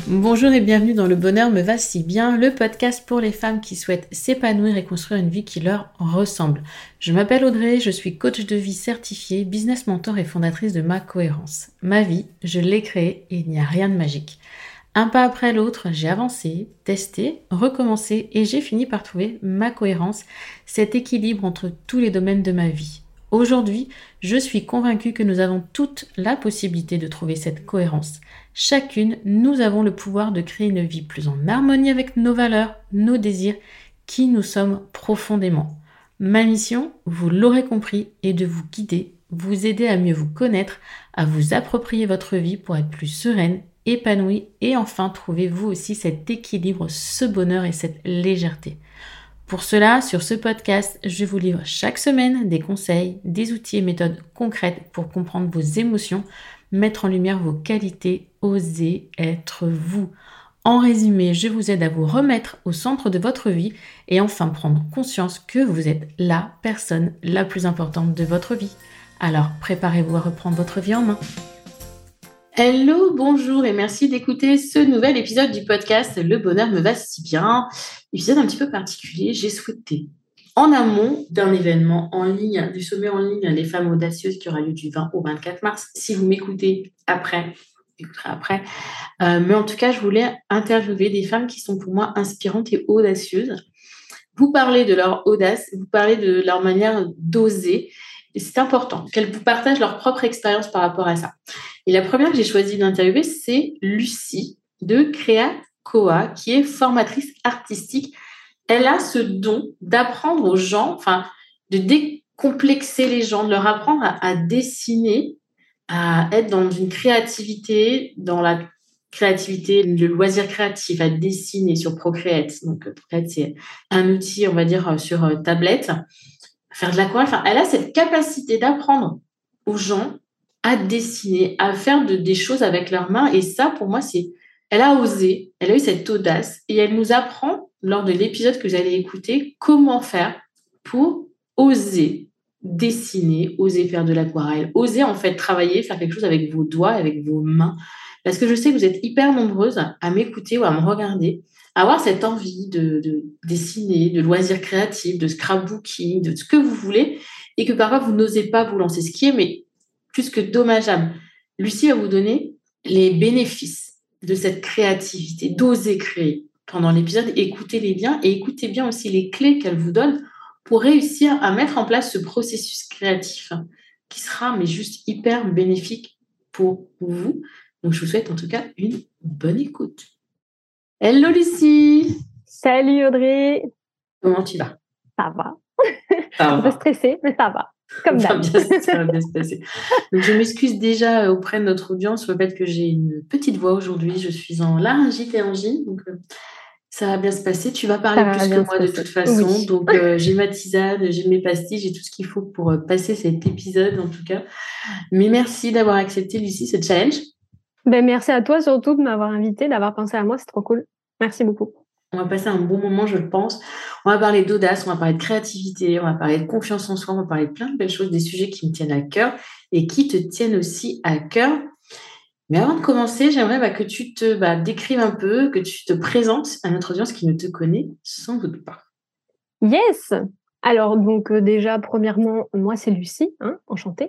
Bonjour et bienvenue dans Le Bonheur me va si bien, le podcast pour les femmes qui souhaitent s'épanouir et construire une vie qui leur ressemble. Je m'appelle Audrey, je suis coach de vie certifiée, business mentor et fondatrice de Ma Cohérence. Ma vie, je l'ai créée et il n'y a rien de magique. Un pas après l'autre, j'ai avancé, testé, recommencé et j'ai fini par trouver ma cohérence, cet équilibre entre tous les domaines de ma vie. Aujourd'hui, je suis convaincue que nous avons toute la possibilité de trouver cette cohérence. Chacune, nous avons le pouvoir de créer une vie plus en harmonie avec nos valeurs, nos désirs, qui nous sommes profondément. Ma mission, vous l'aurez compris, est de vous guider, vous aider à mieux vous connaître, à vous approprier votre vie pour être plus sereine, épanouie et enfin trouver vous aussi cet équilibre, ce bonheur et cette légèreté. Pour cela, sur ce podcast, je vous livre chaque semaine des conseils, des outils et méthodes concrètes pour comprendre vos émotions, mettre en lumière vos qualités, oser être vous. En résumé, je vous aide à vous remettre au centre de votre vie et enfin prendre conscience que vous êtes la personne la plus importante de votre vie. Alors, préparez-vous à reprendre votre vie en main. Hello, bonjour et merci d'écouter ce nouvel épisode du podcast Le Bonheur me va si bien. Épisode un petit peu particulier, j'ai souhaité, en amont d'un événement en ligne, du sommet en ligne Les Femmes Audacieuses qui aura lieu du 20 au 24 mars. Si vous m'écoutez après, écouterez après. Mais en tout cas, je voulais interviewer des femmes qui sont pour moi inspirantes et audacieuses. Vous parlez de leur audace, vous parlez de leur manière d'oser. Et c'est important qu'elles vous partagent leur propre expérience par rapport à ça. Et la première que j'ai choisi d'interviewer, c'est Lucie de Créa Koa, qui est formatrice artistique. Elle a ce don d'apprendre aux gens, enfin, de décomplexer les gens, de leur apprendre à dessiner, à être dans une créativité, dans la créativité, le loisir créatif, à dessiner sur Procreate. Donc, Procreate, c'est un outil, on va dire, sur tablette. Faire de l'aquarelle. Enfin, elle a cette capacité d'apprendre aux gens à dessiner, à faire des choses avec leurs mains. Et ça, pour moi, elle a osé, elle a eu cette audace et elle nous apprend, lors de l'épisode que vous allez écouter, comment faire pour oser dessiner, oser faire de l'aquarelle, oser en fait travailler, faire quelque chose avec vos doigts, avec vos mains. Parce que je sais que vous êtes hyper nombreuses à m'écouter ou à me regarder, à avoir cette envie de dessiner, de loisirs créatifs, de scrapbooking, de ce que vous voulez, et que parfois vous n'osez pas vous lancer, ce qui est mais plus que dommageable. Lucie va vous donner les bénéfices de cette créativité, d'oser créer. Pendant l'épisode, écoutez-les bien et écoutez bien aussi les clés qu'elle vous donne pour réussir à mettre en place ce processus créatif qui sera mais juste hyper bénéfique pour vous. Donc, je vous souhaite en tout cas une bonne écoute. Hello Lucie! Salut Audrey! Comment tu vas? Ça va. Ça Un peu stressée, mais ça va. Comme d'hab. Ça va bien se passer. Donc, je m'excuse déjà auprès de notre audience sur le fait que j'ai une petite voix aujourd'hui. Je suis en laryngite et angine, donc ça va bien se passer. Tu vas parler plus que moi de toute façon. Oui. Donc, j'ai ma tisane, j'ai mes pastilles, j'ai tout ce qu'il faut pour passer cet épisode en tout cas. Mais merci d'avoir accepté, Lucie, ce challenge. Ben, merci à toi surtout de m'avoir invitée, d'avoir pensé à moi, c'est trop cool. Merci beaucoup. On va passer un bon moment, je le pense. On va parler d'audace, on va parler de créativité, on va parler de confiance en soi, on va parler de plein de belles choses, des sujets qui me tiennent à cœur et qui te tiennent aussi à cœur. Mais avant de commencer, j'aimerais que tu te décrives un peu, que tu te présentes à notre audience qui ne te connaît sans doute pas. Yes! Alors, donc déjà, premièrement, moi, c'est Lucie, enchantée.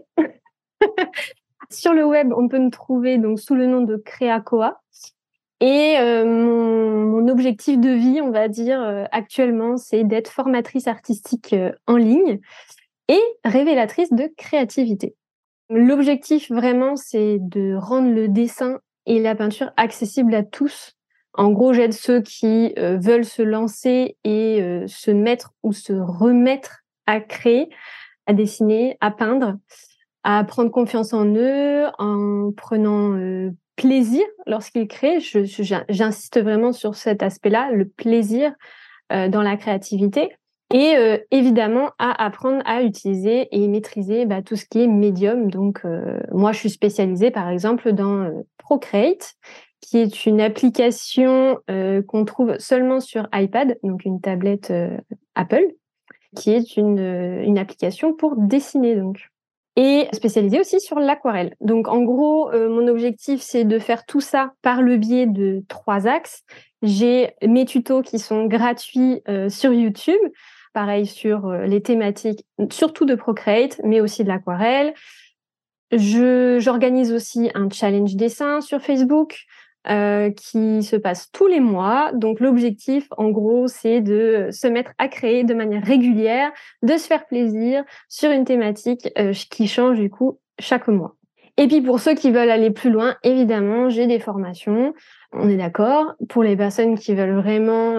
Sur le web, on peut me trouver donc, sous le nom de Créa Koa. Et mon objectif de vie, on va dire, actuellement, c'est d'être formatrice artistique en ligne et révélatrice de créativité. L'objectif vraiment, c'est de rendre le dessin et la peinture accessibles à tous. En gros, j'aide ceux qui veulent se lancer et se mettre ou se remettre à créer, à dessiner, à peindre, à prendre confiance en eux, en prenant plaisir lorsqu'ils créent. J'insiste vraiment sur cet aspect-là, le plaisir dans la créativité. Et évidemment, à apprendre à utiliser et maîtriser tout ce qui est médium. Donc, moi, je suis spécialisée, par exemple, dans Procreate, qui est une application qu'on trouve seulement sur iPad, donc une tablette Apple, qui est une application pour dessiner. Donc, et spécialisée aussi sur l'aquarelle. Donc, en gros, mon objectif, c'est de faire tout ça par le biais de 3 axes. J'ai mes tutos qui sont gratuits sur YouTube, pareil sur les thématiques, surtout de Procreate, mais aussi de l'aquarelle. J'organise aussi un challenge dessin sur Facebook qui se passe tous les mois. Donc, l'objectif, en gros, c'est de se mettre à créer de manière régulière, de se faire plaisir sur une thématique qui change du coup chaque mois. Et puis, pour ceux qui veulent aller plus loin, évidemment, j'ai des formations. On est d'accord. Pour les personnes qui veulent vraiment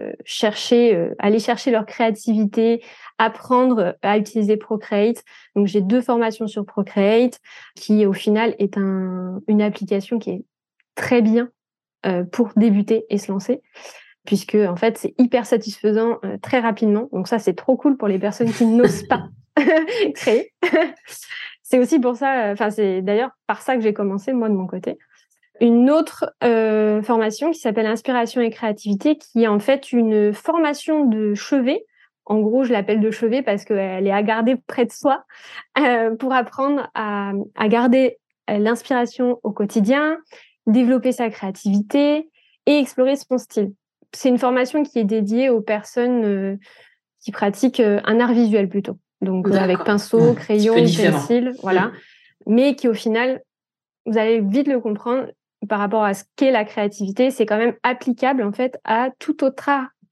aller chercher leur créativité, apprendre à utiliser Procreate. Donc, j'ai 2 formations sur Procreate, qui au final est une application qui est très bien pour débuter et se lancer, puisque en fait c'est hyper satisfaisant très rapidement. Donc ça c'est trop cool pour les personnes qui n'osent pas créer. C'est aussi pour ça, c'est d'ailleurs par ça que j'ai commencé moi de mon côté. Une autre formation qui s'appelle Inspiration et créativité, qui est en fait une formation de chevet. En gros, je l'appelle de chevet parce qu'elle est à garder près de soi pour apprendre à garder l'inspiration au quotidien, développer sa créativité et explorer son style. C'est une formation qui est dédiée aux personnes qui pratiquent un art visuel plutôt. Donc avec pinceau, crayon, pencil, voilà. Mais qui au final, vous allez vite le comprendre par rapport à ce qu'est la créativité, c'est quand même applicable en fait à tout autre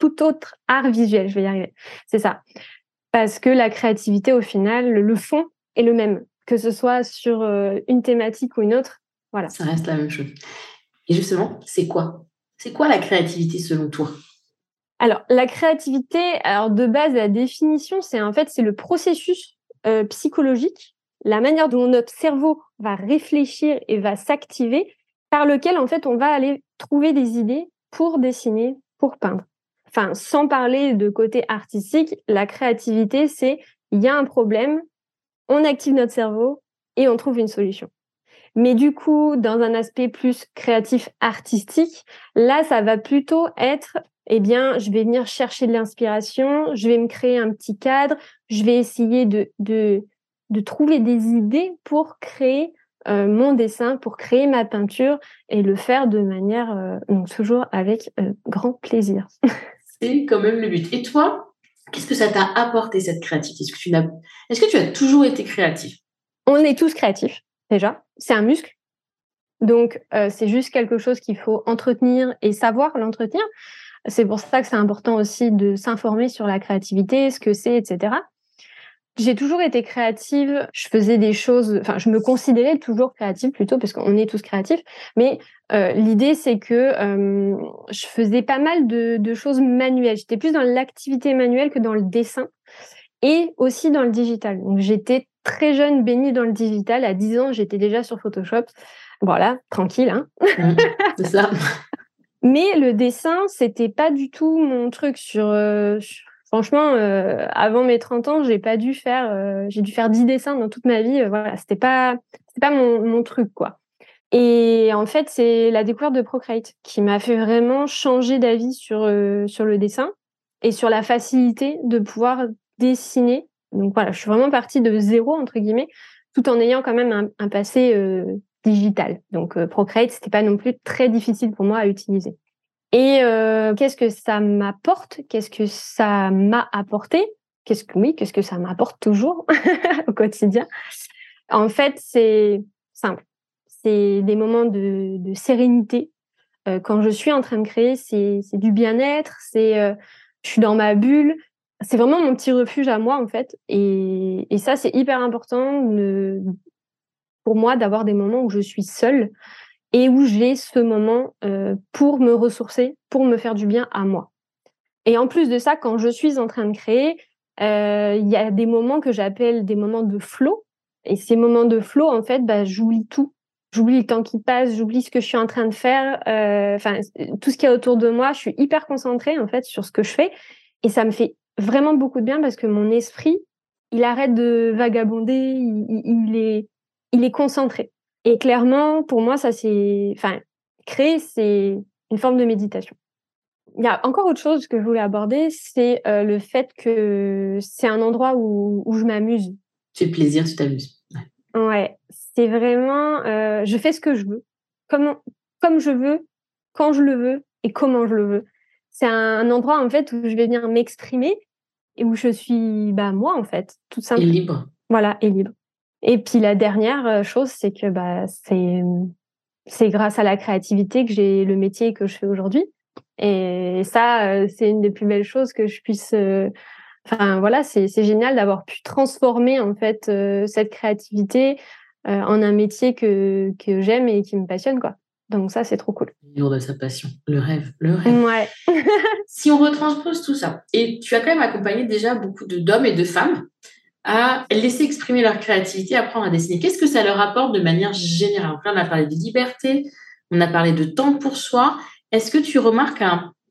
art visuel, je vais y arriver. C'est ça. Parce que la créativité au final, le fond est le même, que ce soit sur une thématique ou une autre. Voilà. Ça reste la même chose. Et justement, c'est quoi la créativité selon toi? Alors, la créativité, de base, la définition, c'est le processus psychologique, la manière dont notre cerveau va réfléchir et va s'activer, par lequel, en fait, on va aller trouver des idées pour dessiner, pour peindre. Enfin, sans parler de côté artistique, la créativité, c'est il y a un problème, on active notre cerveau et on trouve une solution. Mais du coup, dans un aspect plus créatif, artistique, là, ça va plutôt être, je vais venir chercher de l'inspiration, je vais me créer un petit cadre, je vais essayer de trouver des idées pour créer mon dessin, pour créer ma peinture et le faire de manière, donc toujours avec grand plaisir. C'est quand même le but. Et toi, qu'est-ce que ça t'a apporté, cette créativité? Est-ce que tu as toujours été créatif? On est tous créatifs, déjà. C'est un muscle. Donc, c'est juste quelque chose qu'il faut entretenir et savoir l'entretenir. C'est pour ça que c'est important aussi de s'informer sur la créativité, ce que c'est, etc. J'ai toujours été créative. Je faisais des choses, je me considérais toujours créative plutôt, parce qu'on est tous créatifs. Mais l'idée, c'est que je faisais pas mal de choses manuelles. J'étais plus dans l'activité manuelle que dans le dessin et aussi dans le digital. Donc, j'étais très jeune baignée dans le digital. À 10 ans, j'étais déjà sur Photoshop. Voilà, tranquille, hein. C'est ça. Mais le dessin, c'était pas du tout mon truc. Franchement, avant mes 30 ans, j'ai dû faire 10 dessins dans toute ma vie. Voilà, c'était pas mon truc, quoi. Et en fait, c'est la découverte de Procreate qui m'a fait vraiment changer d'avis sur le dessin et sur la facilité de pouvoir dessiner. Donc voilà, je suis vraiment partie de zéro, entre guillemets, tout en ayant quand même un passé digital. Donc Procreate, c'était pas non plus très difficile pour moi à utiliser. Et qu'est-ce que ça m'apporte? Qu'est-ce que ça m'a apporté? Qu'est-ce que ça m'apporte toujours au quotidien? En fait, c'est simple. C'est des moments de sérénité. Quand je suis en train de créer, c'est du bien-être, je suis dans ma bulle. C'est vraiment mon petit refuge à moi, en fait. Et ça, c'est hyper important pour moi d'avoir des moments où je suis seule et où j'ai ce moment pour me ressourcer, pour me faire du bien à moi. Et en plus de ça, quand je suis en train de créer, il y a des moments que j'appelle des moments de flow. Et ces moments de flow, en fait, j'oublie tout. J'oublie le temps qui passe, j'oublie ce que je suis en train de faire, tout ce qu'il y a autour de moi. Je suis hyper concentrée, en fait, sur ce que je fais. Et ça me fait vraiment beaucoup de bien parce que mon esprit, il arrête de vagabonder, il est concentré. Et clairement, pour moi, créer, c'est une forme de méditation. Il y a encore autre chose que je voulais aborder, c'est le fait que c'est un endroit où je m'amuse. Tu fais plaisir, tu t'amuses. Ouais, c'est vraiment, je fais ce que je veux, comme je veux, quand je le veux et comment je le veux. C'est un endroit, en fait, où je vais venir m'exprimer et où je suis, bah, moi, en fait, toute Et simple. libre. Voilà, et libre. Et puis la dernière, chose, c'est que, bah, c'est grâce à la créativité que j'ai le métier que je fais aujourd'hui et ça, c'est une des plus belles choses que je puisse, enfin voilà, c'est génial d'avoir pu transformer en fait, cette créativité, en un métier que j'aime et qui me passionne, quoi. Donc ça, c'est trop cool. Vivre de sa passion. Le rêve, le rêve. Ouais. Si on retranspose tout ça, et tu as quand même accompagné déjà beaucoup d'hommes et de femmes à laisser exprimer leur créativité, apprendre à dessiner. Qu'est-ce que ça leur apporte de manière générale? Donc là, on a parlé de liberté, on a parlé de temps pour soi. Est-ce que tu remarques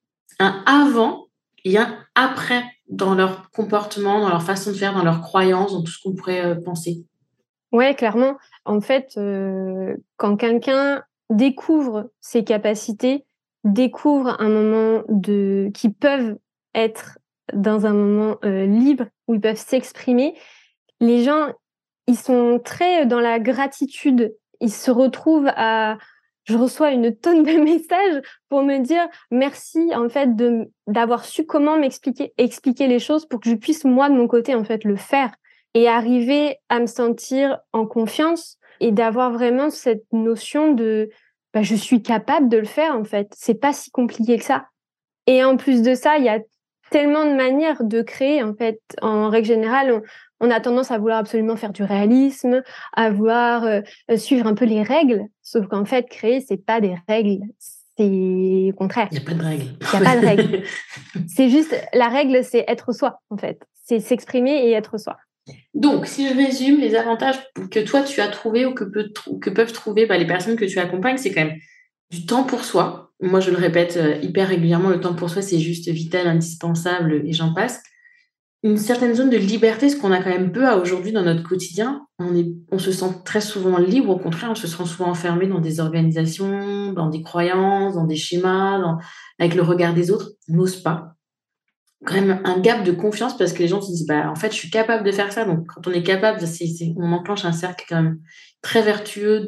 un avant et un après dans leur comportement, dans leur façon de faire, dans leurs croyances, dans tout ce qu'on pourrait penser? Ouais, clairement. En fait, quand quelqu'un découvre ses capacités, découvre un moment qui peuvent être dans un moment, libre où ils peuvent s'exprimer, les gens, ils sont très dans la gratitude. Ils se retrouvent à Je reçois une tonne de messages pour me dire: «Merci, en fait, d'avoir su comment expliquer les choses pour que je puisse, moi, de mon côté, en fait, le faire» et arriver à me sentir en confiance et d'avoir vraiment cette notion de, bah, je suis capable de le faire, en fait. C'est pas si compliqué que ça. Et en plus de ça, il y a tellement de manières de créer, en fait. En règle générale, on a tendance à vouloir absolument faire du réalisme, à vouloir, suivre un peu les règles. Sauf qu'en fait, créer, c'est pas des règles, c'est au contraire. Il n'y a pas de règle. Il y a pas de règle. C'est juste la règle, c'est être soi, en fait. C'est s'exprimer et être soi. Donc, si je résume, les avantages que toi tu as trouvés ou que peuvent trouver les personnes que tu accompagnes, c'est quand même du temps pour soi. Moi, je le répète hyper régulièrement, le temps pour soi, c'est juste vital, indispensable et j'en passe. Une certaine zone de liberté, ce qu'on a quand même peu à aujourd'hui dans notre quotidien. On se sent très souvent libre, au contraire, on se sent souvent enfermé dans des organisations, dans des croyances, dans des schémas, avec le regard des autres. On n'ose pas. Quand même un gap de confiance parce que les gens se disent, bah, en fait, je suis capable de faire ça. Donc, quand on est capable, on enclenche un cercle quand même très vertueux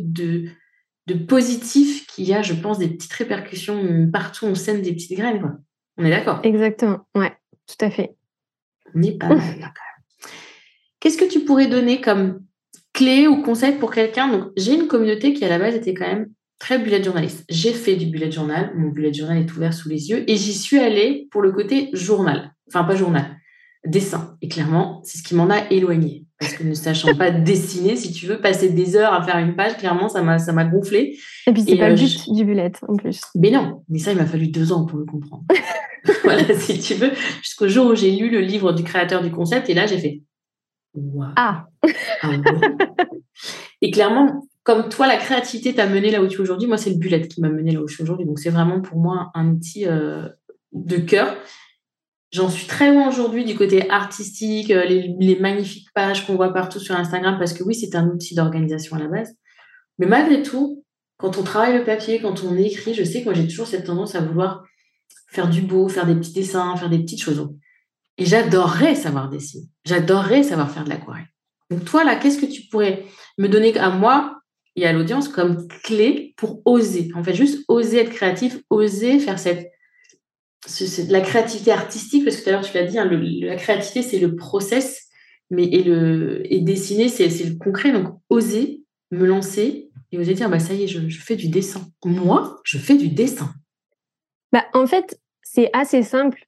de positif qui a, je pense, des petites répercussions partout. On sème des petites graines, quoi. On est d'accord? Exactement, ouais, tout à fait. On est pas mal, là. Qu'est-ce que tu pourrais donner comme clé ou conseil pour quelqu'un? Donc, j'ai une communauté qui, à la base, était quand même très bullet journaliste. J'ai fait du bullet journal. Mon bullet journal est ouvert sous les yeux et j'y suis allée pour le côté journal. Enfin, pas journal, dessin. Et clairement, c'est ce qui m'en a éloignée. Parce que ne sachant pas dessiner, si tu veux, passer des heures à faire une page, clairement, ça m'a gonflé. Et puis c'est Et pas le but du bullet, en plus. Mais non, mais ça, il m'a fallu 2 ans pour le comprendre. Voilà, si tu veux, jusqu'au jour où j'ai lu le livre du créateur du concept et là, j'ai fait: «Waouh! Ah! Ah ouais!» Et clairement, comme toi, la créativité t'a mené là où tu es aujourd'hui, moi, c'est le bullet qui m'a mené là où je suis aujourd'hui. Donc, c'est vraiment pour moi un outil de cœur. J'en suis très loin aujourd'hui du côté artistique, les magnifiques pages qu'on voit partout sur Instagram, parce que oui, c'est un outil d'organisation à la base. Mais malgré tout, quand on travaille le papier, quand on écrit, je sais que moi, j'ai toujours cette tendance à vouloir faire du beau, faire des petits dessins, faire des petites choses. Et j'adorerais savoir dessiner. J'adorerais savoir faire de l'aquarelle. Donc toi, là, qu'est-ce que tu pourrais me donner à moi et à l'audience comme clé pour oser? En fait, juste oser être créatif, oser faire la créativité artistique, parce que tout à l'heure, tu l'as dit, hein, la créativité, c'est le process, et dessiner, c'est le concret. Donc, oser me lancer et oser dire, bah, ça y est, je fais du dessin. Moi, je fais du dessin. Bah, en fait, c'est assez simple.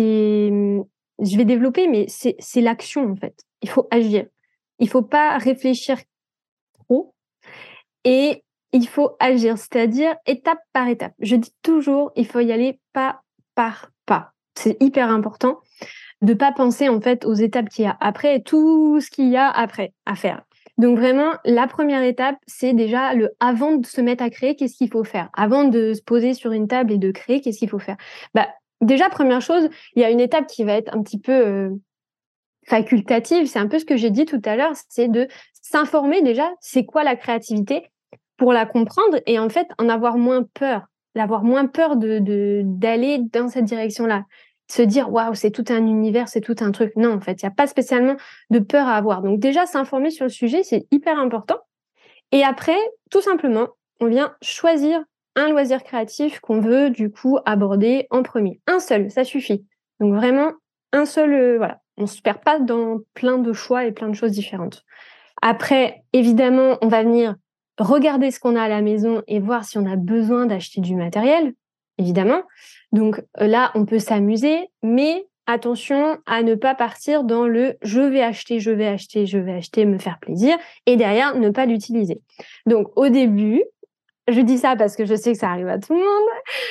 Je vais développer, mais c'est l'action, en fait. Il faut agir. Il faut pas réfléchir trop et il faut agir, c'est-à-dire étape par étape. Je dis toujours, il faut y aller pas par pas. C'est hyper important de pas penser, en fait, aux étapes qu'il y a après et tout ce qu'il y a après à faire. Donc vraiment, la première étape, c'est déjà avant de se mettre à créer, qu'est-ce qu'il faut faire? Avant de se poser sur une table et de créer, qu'est-ce qu'il faut faire? Bah, déjà, première chose, il y a une étape qui va être un petit peu, facultative. C'est un peu ce que j'ai dit tout à l'heure, c'est de s'informer déjà, c'est quoi la créativité? Pour la comprendre et en fait, en avoir moins peur. D'avoir moins peur d'aller dans cette direction-là. se dire waouh, c'est tout un univers, c'est tout un truc. Non, en fait, il n'y a pas spécialement de peur à avoir. Donc déjà, s'informer sur le sujet, c'est hyper important. Et après, tout simplement, on vient choisir un loisir créatif qu'on veut du coup aborder en premier. Un seul, ça suffit. Donc vraiment, un seul, voilà. On ne se perd pas dans plein de choix et plein de choses différentes. Après, évidemment, on va venir regarder ce qu'on a à la maison et voir si on a besoin d'acheter du matériel, évidemment. Donc là, on peut s'amuser, mais attention à ne pas partir dans le je vais acheter, je vais acheter, je vais acheter, me faire plaisir, et derrière, ne pas l'utiliser. Donc au début, je dis ça parce que je sais que ça arrive à tout le monde.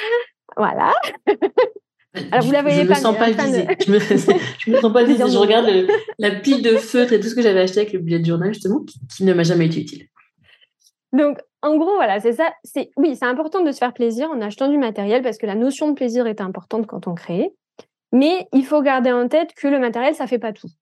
Voilà. Alors, vous la Je voyez me pas, sens mais pas en train de... visée. Je me sens pas visée. Je regarde la pile de feutres et tout ce que j'avais acheté avec le bullet journal, justement, qui ne m'a jamais été utile. Donc, en gros, voilà, c'est ça. Oui, c'est important de se faire plaisir en achetant du matériel parce que la notion de plaisir est importante quand on crée. Mais il faut garder en tête que le matériel, ça fait pas tout.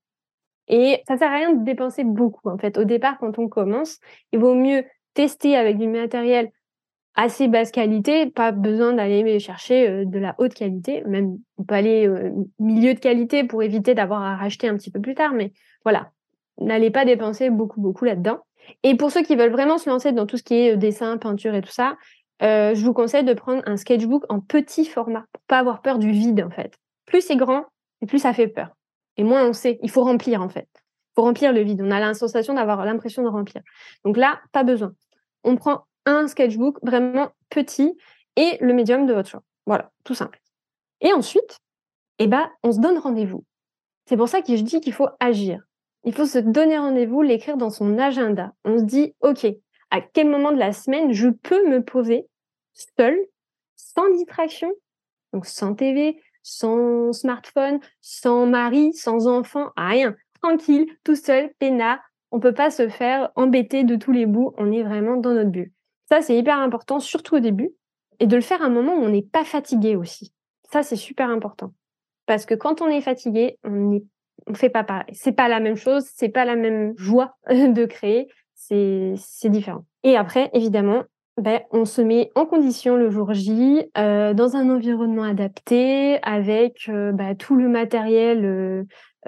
Et ça sert à rien de dépenser beaucoup, en fait. Au départ, quand on commence, il vaut mieux tester avec du matériel assez basse qualité, pas besoin d'aller chercher de la haute qualité. Même, on peut aller milieu de qualité pour éviter d'avoir à racheter un petit peu plus tard. Mais voilà, n'allez pas dépenser beaucoup là-dedans. Et pour ceux qui veulent vraiment se lancer dans tout ce qui est dessin, peinture et tout ça, je vous conseille de prendre un sketchbook en petit format pour pas avoir peur du vide, en fait. Plus c'est grand, et plus ça fait peur. Et moins on sait, il faut remplir, en fait. Il faut remplir le vide. On a la sensation d'avoir l'impression de remplir. Donc là, pas besoin. On prend un sketchbook vraiment petit et le médium de votre choix. Voilà, tout simple. Et ensuite, on se donne rendez-vous. C'est pour ça que je dis qu'il faut agir. Il faut se donner rendez-vous, l'écrire dans son agenda. On se dit, OK, à quel moment de la semaine je peux me poser seule, sans distraction, donc sans TV, sans smartphone, sans mari, sans enfant, rien. Tranquille, tout seul, peinard. On ne peut pas se faire embêter de tous les bouts. On est vraiment dans notre bulle. Ça, c'est hyper important, surtout au début. Et de le faire à un moment où on n'est pas fatigué aussi. Ça, c'est super important. Parce que quand on est fatigué, on fait pas pareil. C'est pas la même chose, c'est pas la même joie de créer. C'est différent. Et après, évidemment, on se met en condition le jour J, dans un environnement adapté, avec tout le matériel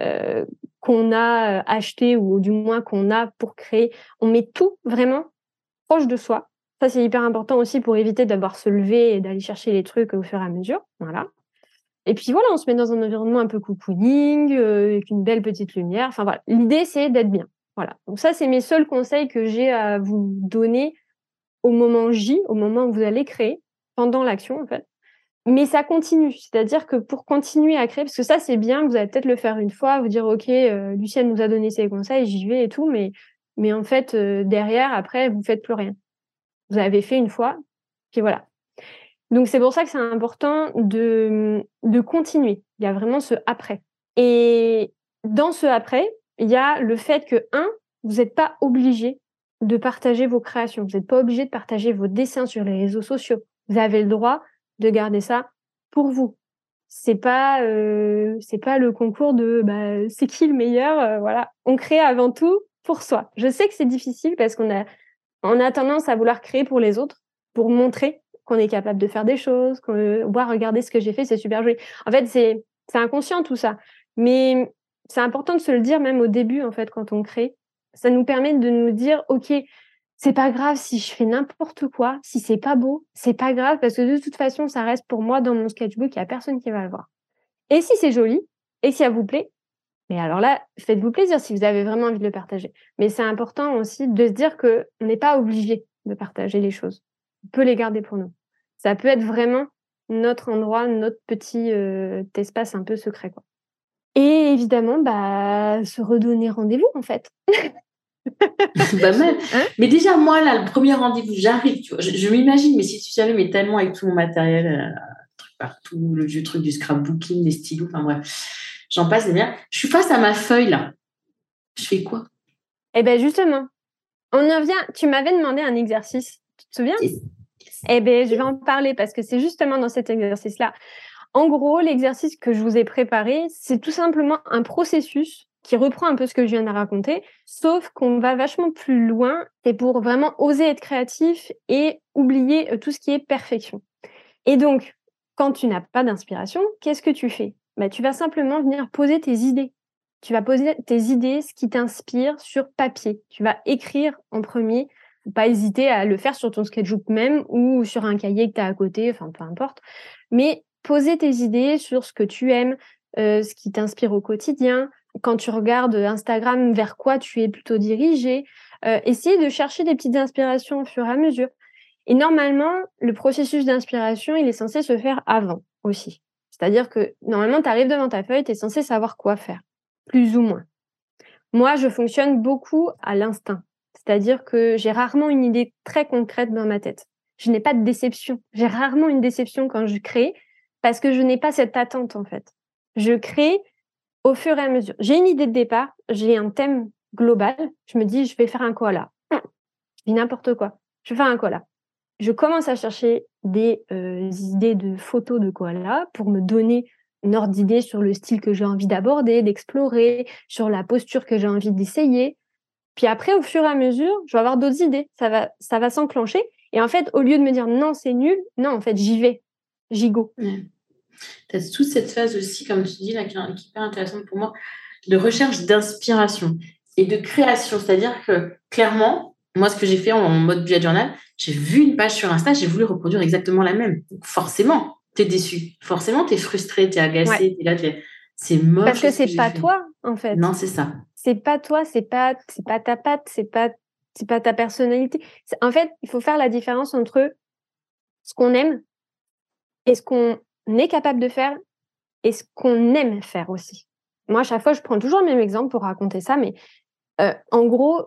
qu'on a acheté ou du moins qu'on a pour créer. On met tout vraiment proche de soi. Ça, c'est hyper important aussi pour éviter d'avoir se lever et d'aller chercher les trucs au fur et à mesure. Voilà. Et puis voilà, on se met dans un environnement un peu cocooning, avec une belle petite lumière. Enfin voilà, l'idée, c'est d'être bien. Voilà. Donc ça, c'est mes seuls conseils que j'ai à vous donner au moment J, au moment où vous allez créer, pendant l'action en fait. Mais ça continue, c'est-à-dire que pour continuer à créer, parce que ça c'est bien, vous allez peut-être le faire une fois, vous dire ok, Lucienne nous a donné ses conseils, j'y vais et tout, mais en fait derrière, après, vous faites plus rien. Vous avez fait une fois, puis voilà. Donc c'est pour ça que c'est important de continuer. Il y a vraiment ce après. Et dans ce après, il y a le fait que, vous n'êtes pas obligé de partager vos créations. Vous n'êtes pas obligé de partager vos dessins sur les réseaux sociaux. Vous avez le droit de garder ça pour vous. C'est pas le concours de c'est qui le meilleur, voilà. On crée avant tout pour soi. Je sais que c'est difficile parce qu'on a tendance à vouloir créer pour les autres, pour montrer qu'on est capable de faire des choses, regardez ce que j'ai fait, c'est super joli. En fait, c'est inconscient tout ça. Mais c'est important de se le dire même au début, en fait, quand on crée. Ça nous permet de nous dire, OK, c'est pas grave si je fais n'importe quoi, si c'est pas beau, c'est pas grave parce que de toute façon, ça reste pour moi dans mon sketchbook, il y a personne qui va le voir. Et si c'est joli, et si ça vous plaît, mais alors là, faites-vous plaisir si vous avez vraiment envie de le partager. Mais c'est important aussi de se dire qu'on n'est pas obligé de partager les choses. On peut les garder pour nous. Ça peut être vraiment notre endroit, notre petit espace un peu secret, quoi. Et évidemment, se redonner rendez-vous, en fait. Pas mal. Hein. Mais déjà, moi, là, le premier rendez-vous, j'arrive, tu vois, je m'imagine, mais si tu savais, mais tellement avec tout mon matériel, truc partout, le vieux truc du scrapbooking, des stylos, enfin bref, j'en passe des bien. Je suis face à ma feuille, là. Je fais quoi? Eh bien, justement, on en vient. Tu m'avais demandé un exercice. Tu te souviens? Yes. Eh bien, je vais en parler parce que c'est justement dans cet exercice-là. En gros, l'exercice que je vous ai préparé, c'est tout simplement un processus qui reprend un peu ce que je viens de raconter, sauf qu'on va vachement plus loin et pour vraiment oser être créatif et oublier tout ce qui est perfection. Et donc, quand tu n'as pas d'inspiration, qu'est-ce que tu fais? bah, tu vas simplement venir poser tes idées. Tu vas poser tes idées, ce qui t'inspire sur papier. Tu vas écrire en premier. Faut pas hésiter à le faire sur ton sketchbook même ou sur un cahier que tu as à côté, enfin peu importe. Mais poser tes idées sur ce que tu aimes, ce qui t'inspire au quotidien. Quand tu regardes Instagram, vers quoi tu es plutôt dirigé. Essayer de chercher des petites inspirations au fur et à mesure. Et normalement, le processus d'inspiration, il est censé se faire avant aussi. C'est-à-dire que normalement, tu arrives devant ta feuille, tu es censé savoir quoi faire, plus ou moins. Moi, je fonctionne beaucoup à l'instinct. C'est-à-dire que j'ai rarement une idée très concrète dans ma tête. Je n'ai pas de déception. J'ai rarement une déception quand je crée parce que je n'ai pas cette attente en fait. Je crée au fur et à mesure. J'ai une idée de départ, j'ai un thème global. Je me dis, je vais faire un koala. Je dis n'importe quoi. Je vais faire un koala. Je commence à chercher des idées de photos de koala pour me donner une ordre d'idée sur le style que j'ai envie d'aborder, d'explorer, sur la posture que j'ai envie d'essayer. Puis après, au fur et à mesure, je vais avoir d'autres idées. Ça va s'enclencher. Et en fait, au lieu de me dire non, c'est nul, non, en fait, j'y vais. J'y go. Ouais. Tu as toute cette phase aussi, comme tu dis, là, qui est hyper intéressante pour moi, de recherche d'inspiration et de création. C'est-à-dire que, clairement, moi, ce que j'ai fait en mode bullet journal, j'ai vu une page sur Insta, j'ai voulu reproduire exactement la même. Donc, forcément, tu es déçu. Forcément, tu es frustré, tu es agacé, Ouais. tu es là, c'est moche. Parce que ce que c'est j'ai pas fait. toi, en fait. Non, c'est ça. C'est pas toi, c'est pas ta patte, c'est pas ta personnalité. En fait, il faut faire la différence entre ce qu'on aime et ce qu'on est capable de faire et ce qu'on aime faire aussi. Moi, à chaque fois, je prends toujours le même exemple pour raconter ça, mais en gros,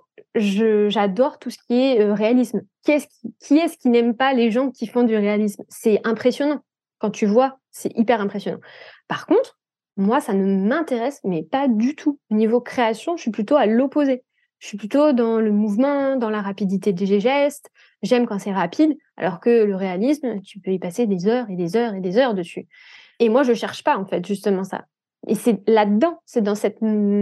j'adore tout ce qui est réalisme. Qui est-ce qui n'aime pas les gens qui font du réalisme? C'est impressionnant. Quand tu vois, c'est hyper impressionnant. Par contre, moi, ça ne m'intéresse, mais pas du tout. Au niveau création, je suis plutôt à l'opposé. Je suis plutôt dans le mouvement, dans la rapidité des gestes. J'aime quand c'est rapide, alors que le réalisme, tu peux y passer des heures et des heures et des heures dessus. Et moi, je cherche pas, en fait, justement ça. Et c'est là-dedans, c'est dans cette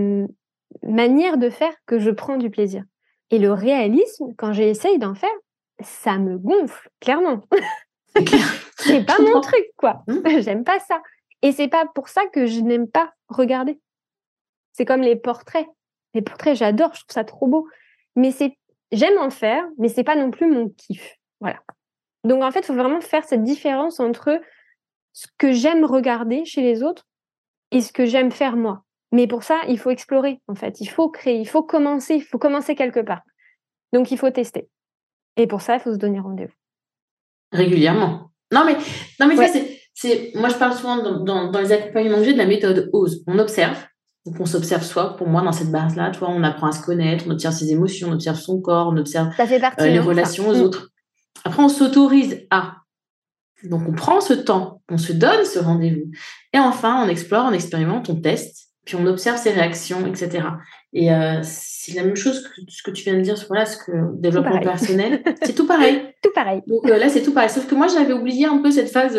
manière de faire que je prends du plaisir. Et le réalisme, quand j'essaye d'en faire, ça me gonfle, clairement. C'est clair. C'est pas mon truc, quoi. Mmh. J'aime pas ça. Et c'est pas pour ça que je n'aime pas regarder. C'est comme les portraits. Les portraits, j'adore, je trouve ça trop beau. Mais j'aime en faire, mais c'est pas non plus mon kiff. Voilà. Donc, en fait, il faut vraiment faire cette différence entre ce que j'aime regarder chez les autres et ce que j'aime faire moi. Mais pour ça, il faut explorer, en fait. Il faut créer, il faut commencer quelque part. Donc, il faut tester. Et pour ça, il faut se donner rendez-vous. Régulièrement. Non, mais Ouais. ça, moi, je parle souvent dans les accompagnements que j'ai de la méthode OSE. On observe. Donc, on s'observe soi. Pour moi, dans cette base-là, tu vois, on apprend à se connaître, on observe ses émotions, on observe son corps, on observe Ça fait partie, les hein, relations aux ça. autres. Après, on s'autorise à. Donc, on prend ce temps, on se donne ce rendez-vous. Et enfin, on explore, on expérimente, on teste, puis on observe ses réactions, etc. Et c'est la même chose que ce que tu viens de dire sur ce que développement personnel. C'est tout pareil. Tout pareil. Donc là, c'est tout pareil. Sauf que moi, j'avais oublié un peu cette phase.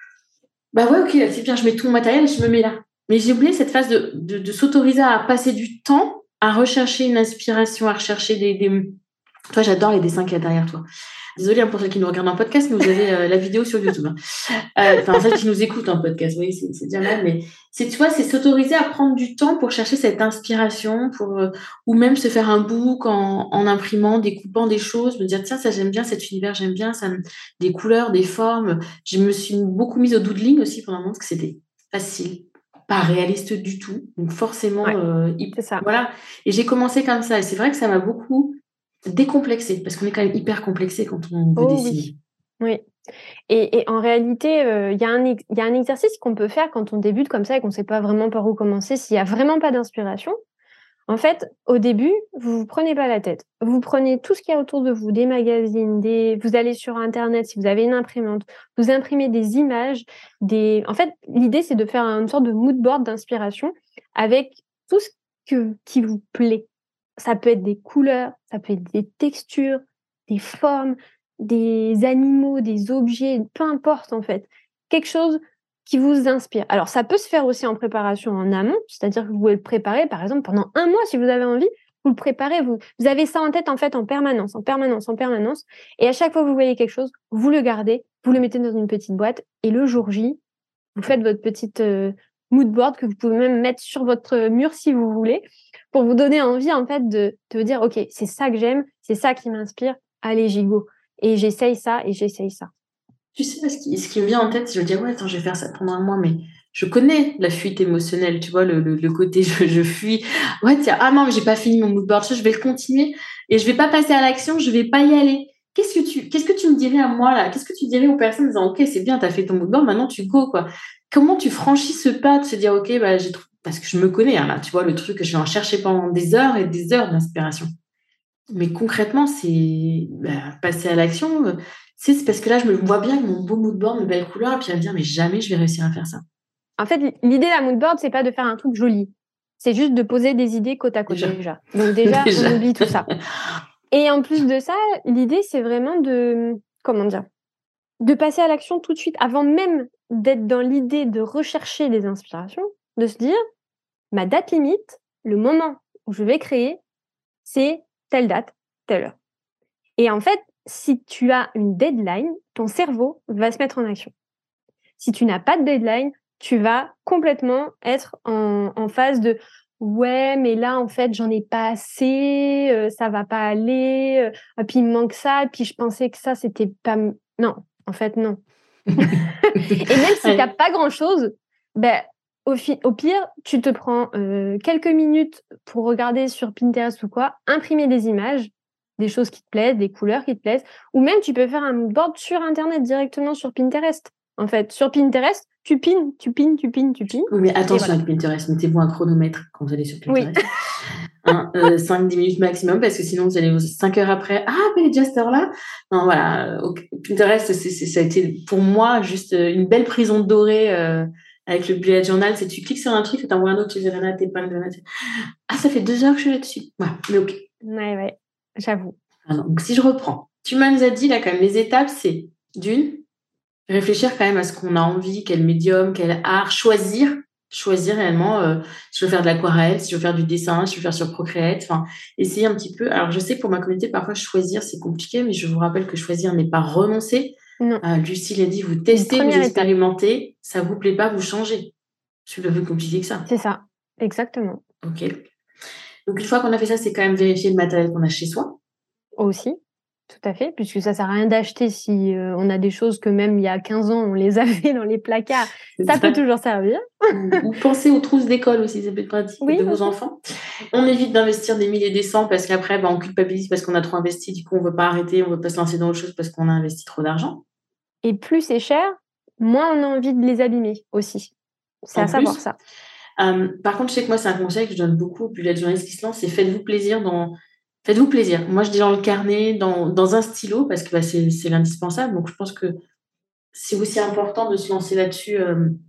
Bah ouais, ok, là, c'est bien, je mets tout mon matériel et je me mets là. Mais j'ai oublié cette phase de s'autoriser à passer du temps à rechercher une inspiration, à rechercher des... Toi, j'adore les dessins qu'il y a derrière toi. Désolée pour ceux qui nous regardent en podcast, mais vous avez la vidéo sur YouTube. Enfin, celles qui nous écoutent en podcast, oui, c'est déjà mal, mais tu vois, c'est s'autoriser à prendre du temps pour chercher cette inspiration, ou même se faire un book en imprimant, découpant des choses, me dire, tiens, ça j'aime bien, cet univers, j'aime bien, ça, des couleurs, des formes. Je me suis beaucoup mise au doodling aussi pendant un moment, parce que c'était facile, pas réaliste du tout, donc forcément, Ouais, c'est ça. voilà. Et j'ai commencé comme ça, et c'est vrai que ça m'a beaucoup décomplexé, parce qu'on est quand même hyper complexé quand on veut dessiner. Oui. Et en réalité, il y a un exercice qu'on peut faire quand on débute comme ça et qu'on ne sait pas vraiment par où commencer, s'il y a vraiment pas d'inspiration. En fait, au début, vous vous prenez pas la tête. Vous prenez tout ce qu'il y a autour de vous, des magazines, vous allez sur internet si vous avez une imprimante, vous imprimez des images, en fait, l'idée c'est de faire une sorte de mood board d'inspiration avec tout ce qui vous plaît. Ça peut être des couleurs, ça peut être des textures, des formes, des animaux, des objets, peu importe en fait. Quelque chose qui vous inspire. Alors, ça peut se faire aussi en préparation en amont, c'est-à-dire que vous pouvez le préparer, par exemple, pendant 1 mois, si vous avez envie, vous le préparez, vous avez ça en tête, en fait, en permanence. Et à chaque fois que vous voyez quelque chose, vous le gardez, vous le mettez dans une petite boîte, et le jour J, vous faites votre petite mood board que vous pouvez même mettre sur votre mur si vous voulez, pour vous donner envie en fait de vous dire ok, c'est ça que j'aime, c'est ça qui m'inspire, allez gigot. Et j'essaye ça et j'essaye ça. Tu sais, ce qui me vient en tête, je me dis, ouais, attends, je vais faire ça pendant un mois, mais je connais la fuite émotionnelle, tu vois, le côté je fuis. Ouais, tiens, ah non, mais j'ai pas fini mon mood board, je vais le continuer et je vais pas passer à l'action, je vais pas y aller. Qu'est-ce que tu me dirais à moi, là? Qu'est-ce que tu dirais aux personnes en disant, ok, c'est bien, t'as fait ton mood board, maintenant tu go, quoi. Comment tu franchis ce pas de se dire, ok, bah, parce que je me connais, hein, là, tu vois, le truc que je vais en chercher pendant des heures et des heures d'inspiration. Mais concrètement, c'est passer à l'action. C'est parce que là, je me vois bien avec mon beau mood board, mes belles couleurs, et puis à me dire, mais jamais je vais réussir à faire ça. En fait, l'idée d'un mood board, c'est pas de faire un truc joli. C'est juste de poser des idées côte à côte déjà. Donc déjà, Déjà. on oublie tout ça. Et en plus de ça, l'idée, c'est vraiment de passer à l'action tout de suite, avant même d'être dans l'idée de rechercher des inspirations, de se dire, ma date limite, le moment où je vais créer, c'est telle date, telle heure. Et en fait, si tu as une deadline, ton cerveau va se mettre en action. Si tu n'as pas de deadline, tu vas complètement être en phase de ouais, mais là, en fait, j'en ai pas assez, ça va pas aller, puis il me manque ça, puis je pensais que ça, c'était pas. Non, en fait, non. Et même si tu n'as pas grand-chose, ben, au pire, tu te prends quelques minutes pour regarder sur Pinterest ou quoi, imprimer des images, des choses qui te plaisent, des couleurs qui te plaisent, ou même tu peux faire un mood board sur Internet directement sur Pinterest. En fait, sur Pinterest, tu pines. Oui, mais attention voilà. avec Pinterest, mettez-vous un chronomètre quand vous allez sur Pinterest. Oui. 5-10 minutes maximum, parce que sinon vous allez 5 heures après. Ah, mais elle est déjà cette heure-là. Non, voilà. Pinterest, ça a été pour moi juste une belle prison dorée avec le bullet journal. C'est tu cliques sur un truc, tu t'envoies un autre, tu dis Renate, t'es pas le Renate. Ah, ça fait 2 heures que je suis là-dessus. Voilà, mais ok. Ouais, j'avoue. Alors, donc, si je reprends, tu nous as dit là quand même, les étapes, c'est d'une, réfléchir quand même à ce qu'on a envie, quel médium, quel art, choisir réellement si je veux faire de l'aquarelle, si je veux faire du dessin, si je veux faire sur Procreate, enfin, essayer un petit peu. Alors, je sais que pour ma communauté, parfois, choisir, c'est compliqué, mais je vous rappelle que choisir n'est pas renoncer. Non. Lucie l'a dit, vous testez, vous expérimentez, ça vous plaît pas, vous changez. C'est le plus compliqué que ça. C'est ça, exactement. Ok. Donc, une fois qu'on a fait ça, c'est quand même vérifier le matériel qu'on a chez soi. Aussi. Tout à fait, puisque ça sert à rien d'acheter si on a des choses que même il y a 15 ans, on les avait dans les placards. Ça peut toujours servir. Ou pensez aux trousses d'école aussi, ça peut être pratique de vos enfants. On évite d'investir des milliers et des cents parce qu'après, on culpabilise parce qu'on a trop investi. Du coup, on ne veut pas arrêter, on ne veut pas se lancer dans autre chose parce qu'on a investi trop d'argent. Et plus c'est cher, moins on a envie de les abîmer aussi. C'est à savoir ça. Par contre, je sais que moi, c'est un conseil que je donne beaucoup aux bullet journalistes qui se lancent, c'est faites-vous plaisir Faites-vous plaisir. Moi, je dis dans le carnet, dans un stylo, parce que c'est l'indispensable. Donc, je pense que c'est aussi important de se lancer là-dessus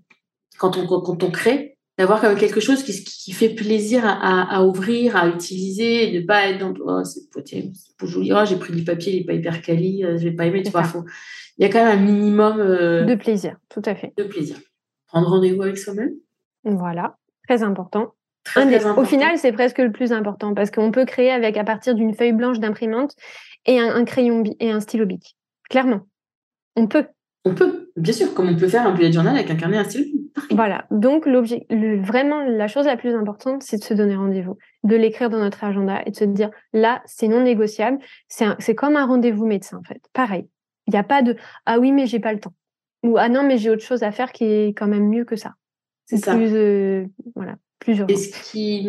quand on crée, d'avoir quand même quelque chose qui fait plaisir à ouvrir, à utiliser, et de ne pas être dans c'est pas joli, j'ai pris du papier, il n'est pas hyper quali, je ne vais pas aimer. Tu vois, il y a quand même un minimum de plaisir, tout à fait. De plaisir. Prendre rendez-vous avec soi-même. Voilà, très important. Très important. Au final, c'est presque le plus important parce qu'on peut créer à partir d'une feuille blanche d'imprimante et un crayon et un stylo bic. Clairement, on peut. On peut, bien sûr, comme on peut faire un bullet journal avec un carnet et un stylo bic. Voilà, donc vraiment, la chose la plus importante, c'est de se donner rendez-vous, de l'écrire dans notre agenda et de se dire, là, c'est non négociable. C'est comme un rendez-vous médecin, en fait. Pareil, il n'y a pas de « Ah oui, mais j'ai pas le temps » ou « Ah non, mais j'ai autre chose à faire qui est quand même mieux que ça ». C'est ça. Plus urgent. Et ce qui...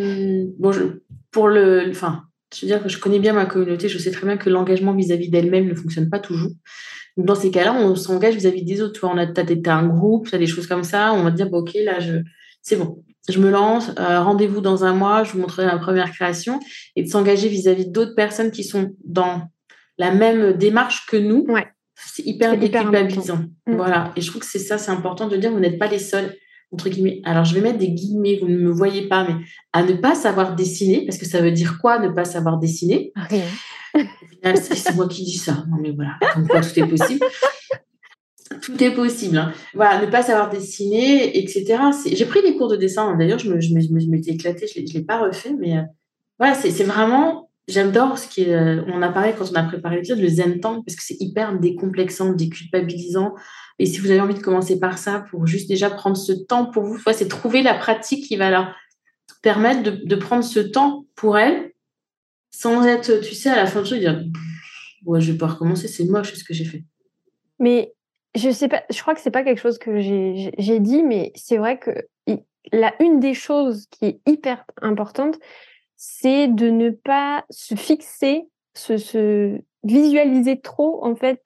je veux dire que je connais bien ma communauté, je sais très bien que l'engagement vis-à-vis d'elle-même ne fonctionne pas toujours. Donc, dans ces cas-là, on s'engage vis-à-vis des autres. Tu vois, t'as un groupe, t'as des choses comme ça, on va te dire, ok, là, c'est bon, je me lance, rendez-vous dans un mois, je vous montrerai ma première création, et de s'engager vis-à-vis d'autres personnes qui sont dans la même démarche que nous, c'est hyper déculpabilisant. Voilà, et je trouve que c'est important de dire, vous n'êtes pas les seuls, entre guillemets. Alors, je vais mettre des guillemets, vous ne me voyez pas, mais à ne pas savoir dessiner, parce que ça veut dire quoi, ne pas savoir dessiner? Rien. Au final, c'est moi qui dis ça. Non, mais voilà, comme quoi tout est possible. Tout est possible. Hein. Voilà, ne pas savoir dessiner, etc. J'ai pris des cours de dessin. D'ailleurs, je m'étais éclatée. Je ne l'ai pas refait. Mais voilà, c'est vraiment J'adore ce qui est, on a parlé quand on a préparé l'épisode, le zen temps, parce que c'est hyper décomplexant, déculpabilisant. Et si vous avez envie de commencer par ça, pour juste déjà prendre ce temps pour vous, c'est trouver la pratique qui va leur permettre de prendre ce temps pour elle, sans être, tu sais, à la fin de tout, dire, ouais, je vais pas recommencer, c'est moche ce que j'ai fait. Mais je sais pas, je crois que c'est pas quelque chose que j'ai dit, mais c'est vrai que une des choses qui est hyper importante, c'est de ne pas se fixer, se visualiser trop, en fait,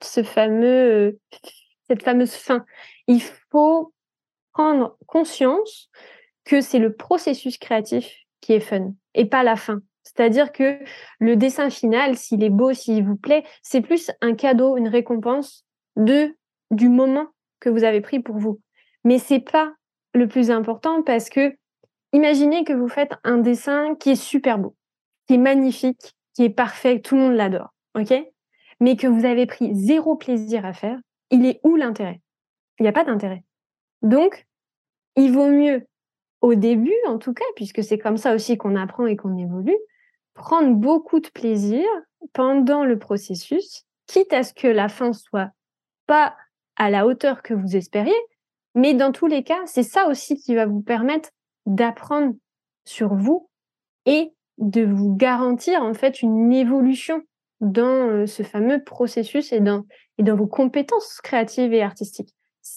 cette fameuse fin. Il faut prendre conscience que c'est le processus créatif qui est fun et pas la fin. C'est-à-dire que le dessin final, s'il est beau, s'il vous plaît, c'est plus un cadeau, une récompense du moment que vous avez pris pour vous. Mais c'est pas le plus important parce que imaginez que vous faites un dessin qui est super beau, qui est magnifique, qui est parfait, tout le monde l'adore, ok? Mais que vous avez pris zéro plaisir à faire, il est où l'intérêt? Il n'y a pas d'intérêt. Donc, il vaut mieux, au début en tout cas, puisque c'est comme ça aussi qu'on apprend et qu'on évolue, prendre beaucoup de plaisir pendant le processus, quitte à ce que la fin soit pas à la hauteur que vous espériez, mais dans tous les cas, c'est ça aussi qui va vous permettre d'apprendre sur vous et de vous garantir en fait une évolution dans ce fameux processus et dans vos compétences créatives et artistiques.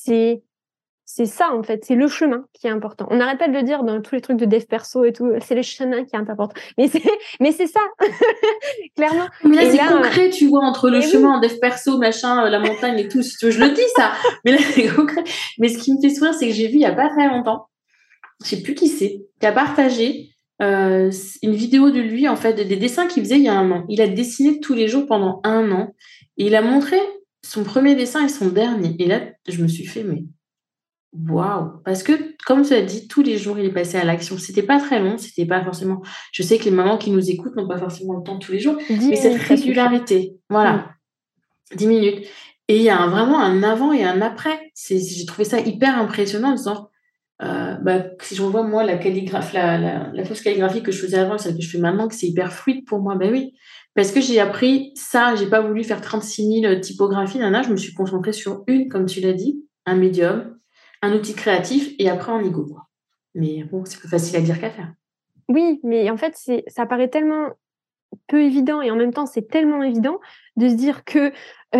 C'est ça, en fait, c'est le chemin qui est important. On n'arrête pas de le dire dans tous les trucs de dev perso et tout, c'est le chemin qui est important. Mais c'est ça, clairement. Mais là, Et c'est là, concret, tu vois, entre le et oui, chemin en dev perso, machin, la montagne et tout, si tu veux, je le dis ça. Mais là, c'est concret. Mais ce qui me fait sourire, c'est que j'ai vu il y a pas très longtemps, je sais plus qui c'est, qui a partagé une vidéo de lui, en fait, des dessins qu'il faisait il y a un an. Il a dessiné tous les jours pendant un an. Et il a montré son premier dessin et son dernier. Et là, je me suis fait, mais waouh! Parce que, comme tu as dit, tous les jours, il est passé à l'action. C'était pas très long, c'était pas forcément. Je sais que les mamans qui nous écoutent n'ont pas forcément le temps tous les jours, 10 mais cette minutes, ça suffit. régularité, Mm. voilà, 10 minutes. Et il y a vraiment un avant et un après. J'ai trouvé ça hyper impressionnant en disant, si je revois moi la calligraphie, la fausse calligraphie que je faisais avant, celle que je fais maintenant, que c'est hyper fluide pour moi, ben oui. Parce que j'ai appris ça, j'ai pas voulu faire 36 000 typographies, je me suis concentrée sur une, comme tu l'as dit, un médium, un outil créatif, et après en ego, quoi. Mais bon, c'est plus facile à dire qu'à faire. Oui, mais en fait, ça paraît tellement peu évident et en même temps, c'est tellement évident de se dire que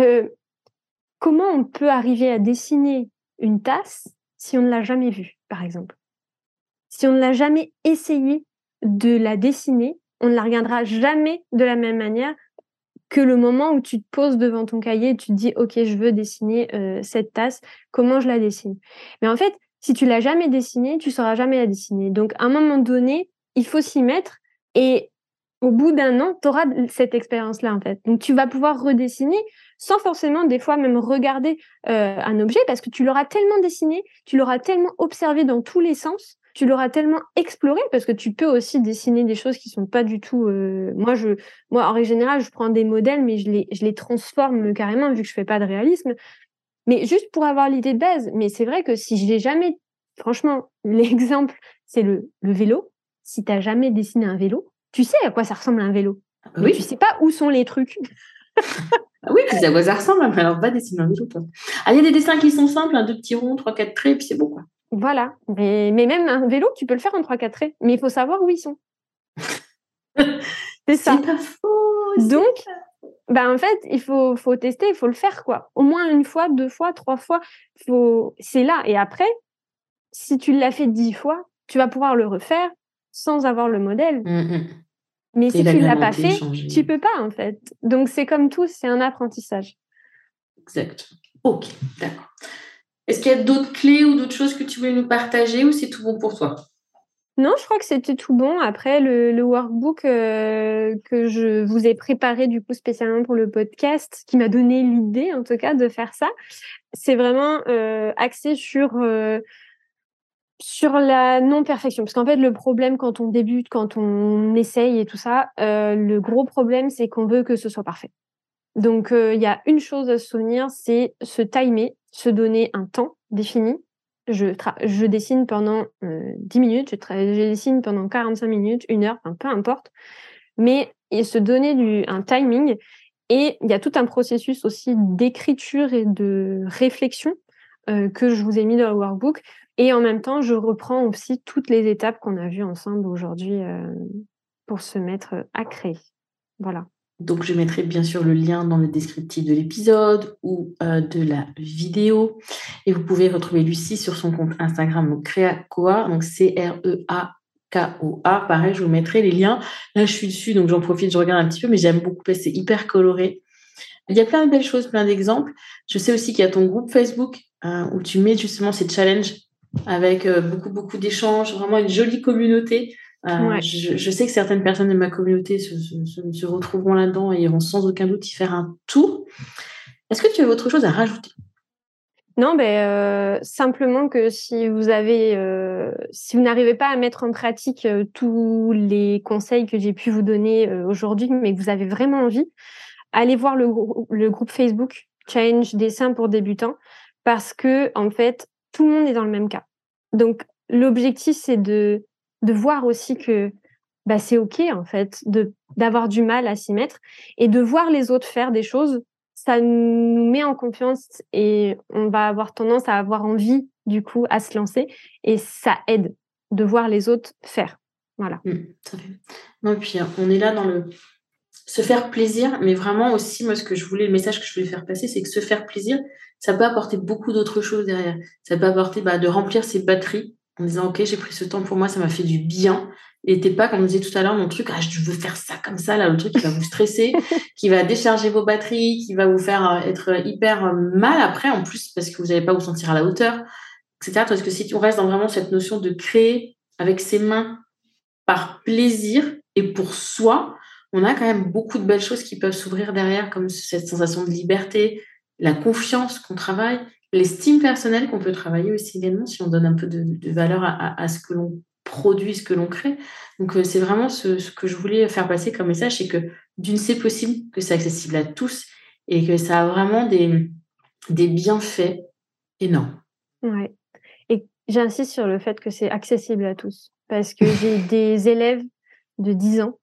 comment on peut arriver à dessiner une tasse si on ne l'a jamais vue, par exemple? Si on ne l'a jamais essayé de la dessiner, on ne la regardera jamais de la même manière que le moment où tu te poses devant ton cahier et tu te dis: «OK, je veux dessiner, cette tasse, comment je la dessine?» Mais en fait, si tu l'as jamais dessinée, tu sauras jamais la dessiner. Donc à un moment donné, il faut s'y mettre et au bout d'un an, tu auras cette expérience-là, en fait. Donc tu vas pouvoir redessiner sans forcément des fois même regarder, un objet parce que tu l'auras tellement dessiné, tu l'auras tellement observé dans tous les sens, tu l'auras tellement exploré parce que tu peux aussi dessiner des choses qui sont pas du tout, moi, en règle générale, je prends des modèles, mais je les transforme carrément vu que je fais pas de réalisme. Mais juste pour avoir l'idée de base. Mais c'est vrai que si je l'ai jamais, franchement, l'exemple, c'est le vélo. Si tu as jamais dessiné un vélo, tu sais à quoi ça ressemble un vélo, Ah mais tu oui, sais pas où sont les trucs. ah oui, tu sais à quoi ça ressemble, mais alors va dessiner un vélo, toi. Ah, il y a des dessins qui sont simples, deux petits ronds, trois, quatre traits, et puis c'est bon, quoi. Voilà. Mais même un vélo, tu peux le faire en 3-4 traits, mais il faut savoir où ils sont. C'est C'est ça. pas faux. Donc, en fait, il faut tester, il faut le faire, quoi. Au moins 1 fois, 2 fois, 3 fois, c'est là. Et après, si tu l'as fait 10 fois, tu vas pouvoir le refaire sans avoir le modèle. Mais Et si tu l'as pas l'agrémenter, fait, tu changer. peux pas, en fait. Donc c'est comme tout, c'est un apprentissage. Exact. Ok, d'accord. Est-ce qu'il y a d'autres clés ou d'autres choses que tu voulais nous partager ou c'est tout bon pour toi? Non, je crois que c'était tout bon. Après, le workbook que je vous ai préparé du coup spécialement pour le podcast, qui m'a donné l'idée en tout cas de faire ça, c'est vraiment axé sur la non-perfection. Parce qu'en fait, le problème quand on débute, quand on essaye et tout ça, le gros problème, c'est qu'on veut que ce soit parfait. Donc, il y a une chose à se souvenir, c'est se timer, se donner un temps défini. Je dessine pendant 10 minutes, je dessine pendant 45 minutes, 1 heure, enfin, peu importe. Mais et se donner un timing. Et il y a tout un processus aussi d'écriture et de réflexion que je vous ai mis dans le workbook. Et en même temps, je reprends aussi toutes les étapes qu'on a vues ensemble aujourd'hui pour se mettre à créer. Voilà. Donc, je mettrai bien sûr le lien dans le descriptif de l'épisode ou de la vidéo. Et vous pouvez retrouver Lucie sur son compte Instagram, donc Creakoa, donc Creakoa. Pareil, je vous mettrai les liens. Là, je suis dessus, donc j'en profite, je regarde un petit peu, mais j'aime beaucoup parce que c'est hyper coloré. Il y a plein de belles choses, plein d'exemples. Je sais aussi qu'il y a ton groupe Facebook où tu mets justement ces challenges avec beaucoup d'échanges, vraiment une jolie communauté. Ouais. Je sais que certaines personnes de ma communauté se retrouveront là-dedans et iront sans aucun doute y faire un tour. Est-ce que tu as autre chose à rajouter? Non, simplement que si vous n'arrivez pas à mettre en pratique tous les conseils que j'ai pu vous donner aujourd'hui, mais que vous avez vraiment envie, allez voir le groupe Facebook Challenge Dessin pour débutants, parce que en fait, tout le monde est dans le même cas. Donc, l'objectif, c'est de voir aussi que c'est OK, en fait, d'avoir du mal à s'y mettre et de voir les autres faire des choses. Ça nous met en confiance et on va avoir tendance à avoir envie, du coup, à se lancer. Et ça aide de voir les autres faire. Voilà. Ça fait. Non, puis on est là dans le se faire plaisir, mais vraiment aussi, moi, le message que je voulais faire passer, c'est que se faire plaisir, ça peut apporter beaucoup d'autres choses derrière. Ça peut apporter de remplir ses batteries en disant, OK, j'ai pris ce temps pour moi, ça m'a fait du bien. Et t'es pas, comme on disait tout à l'heure, mon truc, je veux faire ça comme ça, là, le truc qui va vous stresser, qui va décharger vos batteries, qui va vous faire être hyper mal après, en plus, parce que vous n'allez pas vous sentir à la hauteur, etc. Parce que si on reste dans vraiment cette notion de créer avec ses mains par plaisir et pour soi, on a quand même beaucoup de belles choses qui peuvent s'ouvrir derrière, comme cette sensation de liberté, la confiance qu'on travaille, l'estime personnelle qu'on peut travailler aussi également si on donne un peu de valeur à ce que l'on produit, ce que l'on crée. Donc, c'est vraiment ce que je voulais faire passer comme message, c'est que d'une, c'est possible, que c'est accessible à tous et que ça a vraiment des bienfaits énormes. Ouais. Et j'insiste sur le fait que c'est accessible à tous. Parce que j'ai des élèves de 10 ans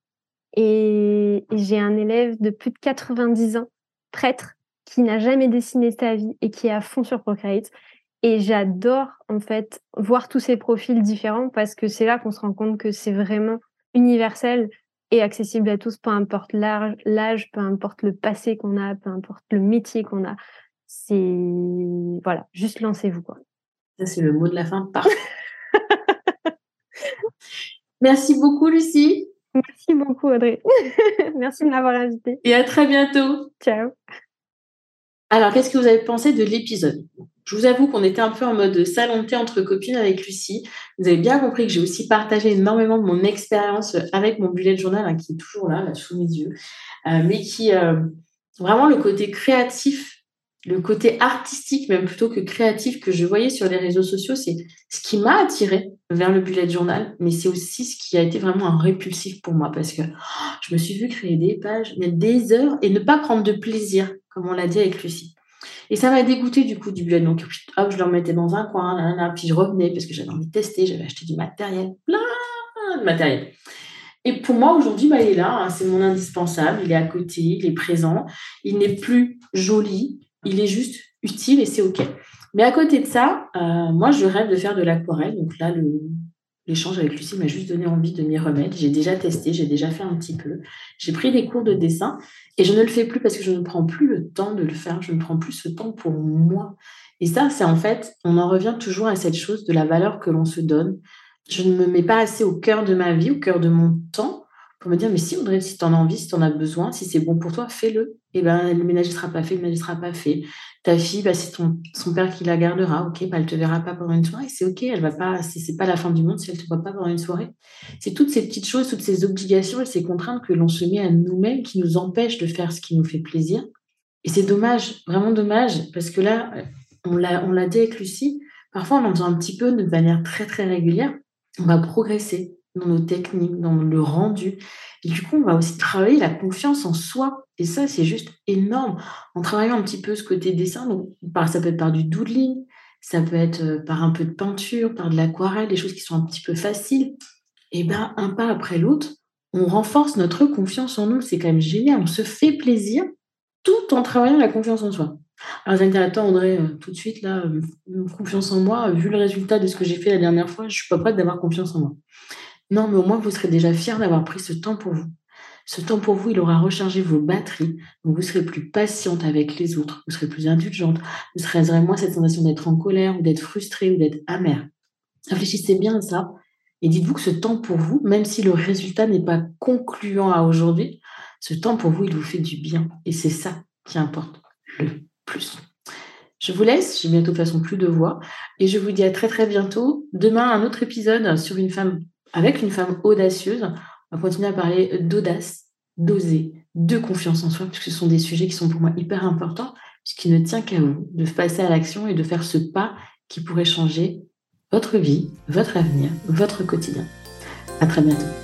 et j'ai un élève de plus de 90 ans, prêtre, qui n'a jamais dessiné sa vie et qui est à fond sur Procreate. Et j'adore, en fait, voir tous ces profils différents parce que c'est là qu'on se rend compte que c'est vraiment universel et accessible à tous, peu importe l'âge, peu importe le passé qu'on a, peu importe le métier qu'on a. Voilà, juste lancez-vous, quoi. Ça, c'est le mot de la fin. Parfait. Merci beaucoup, Lucie. Merci beaucoup, Audrey. Merci de m'avoir invitée. Et à très bientôt. Ciao. Alors, qu'est-ce que vous avez pensé de l'épisode? Je vous avoue qu'on était un peu en mode salon de thé entre copines avec Lucie. Vous avez bien compris que j'ai aussi partagé énormément de mon expérience avec mon bullet journal qui est toujours là sous mes yeux, mais qui vraiment le côté créatif, le côté artistique même plutôt que créatif que je voyais sur les réseaux sociaux, c'est ce qui m'a attirée vers le bullet journal, mais c'est aussi ce qui a été vraiment un répulsif pour moi parce que je me suis vue créer des pages, mettre des heures et ne pas prendre de plaisir, comme on l'a dit avec Lucie. Et ça m'a dégoûté du coup du bullet. Donc, hop, je le remettais dans un coin, puis je revenais parce que j'avais envie de tester, j'avais acheté du matériel, plein de matériel. Et pour moi, aujourd'hui, il est là, c'est mon indispensable, il est à côté, il est présent, il n'est plus joli, il est juste utile et c'est OK. Mais à côté de ça, moi, je rêve de faire de l'aquarelle. Donc là, l'échange avec Lucie m'a juste donné envie de m'y remettre. J'ai déjà testé, j'ai déjà fait un petit peu. J'ai pris des cours de dessin et je ne le fais plus parce que je ne prends plus le temps de le faire. Je ne prends plus ce temps pour moi. Et ça, c'est en fait, on en revient toujours à cette chose de la valeur que l'on se donne. Je ne me mets pas assez au cœur de ma vie, au cœur de mon temps pour me dire, mais si Audrey, si tu en as envie, si tu en as besoin, si c'est bon pour toi, fais-le. Et le ménage ne sera pas fait, le ménage ne sera pas fait. Ta fille, c'est son père qui la gardera. OK, elle ne te verra pas pendant une soirée. C'est OK, elle va pas, c'est pas la fin du monde si elle ne te voit pas pendant une soirée. C'est toutes ces petites choses, toutes ces obligations et ces contraintes que l'on se met à nous-mêmes qui nous empêchent de faire ce qui nous fait plaisir. Et c'est dommage, vraiment dommage, parce que là, on l'a dit avec Lucie, parfois en faisant un petit peu de manière très, très régulière, on va progresser dans nos techniques, dans le rendu. Et du coup, on va aussi travailler la confiance en soi. Et ça, c'est juste énorme. En travaillant un petit peu ce côté dessin, donc, ça peut être par du doodling, ça peut être par un peu de peinture, par de l'aquarelle, des choses qui sont un petit peu faciles. Et un pas après l'autre, on renforce notre confiance en nous. C'est quand même génial. On se fait plaisir tout en travaillant la confiance en soi. Alors, vous allez me dire, attends, Audrey, tout de suite, là, confiance en moi, vu le résultat de ce que j'ai fait la dernière fois, je ne suis pas prête d'avoir confiance en moi. Non, mais au moins, vous serez déjà fiers d'avoir pris ce temps pour vous. Ce temps pour vous, il aura rechargé vos batteries. Donc, vous serez plus patiente avec les autres. Vous serez plus indulgente. Vous serez moins cette sensation d'être en colère ou d'être frustrée ou d'être amère. Réfléchissez bien à ça et dites-vous que ce temps pour vous, même si le résultat n'est pas concluant à aujourd'hui, ce temps pour vous, il vous fait du bien. Et c'est ça qui importe le plus. Je vous laisse, j'ai bientôt de toute façon plus de voix. Et je vous dis à très très bientôt. Demain, un autre épisode sur avec une femme audacieuse. On va continuer à parler d'audace, d'oser, de confiance en soi, puisque ce sont des sujets qui sont pour moi hyper importants, puisqu'il ne tient qu'à vous de passer à l'action et de faire ce pas qui pourrait changer votre vie, votre avenir, votre quotidien. À très bientôt.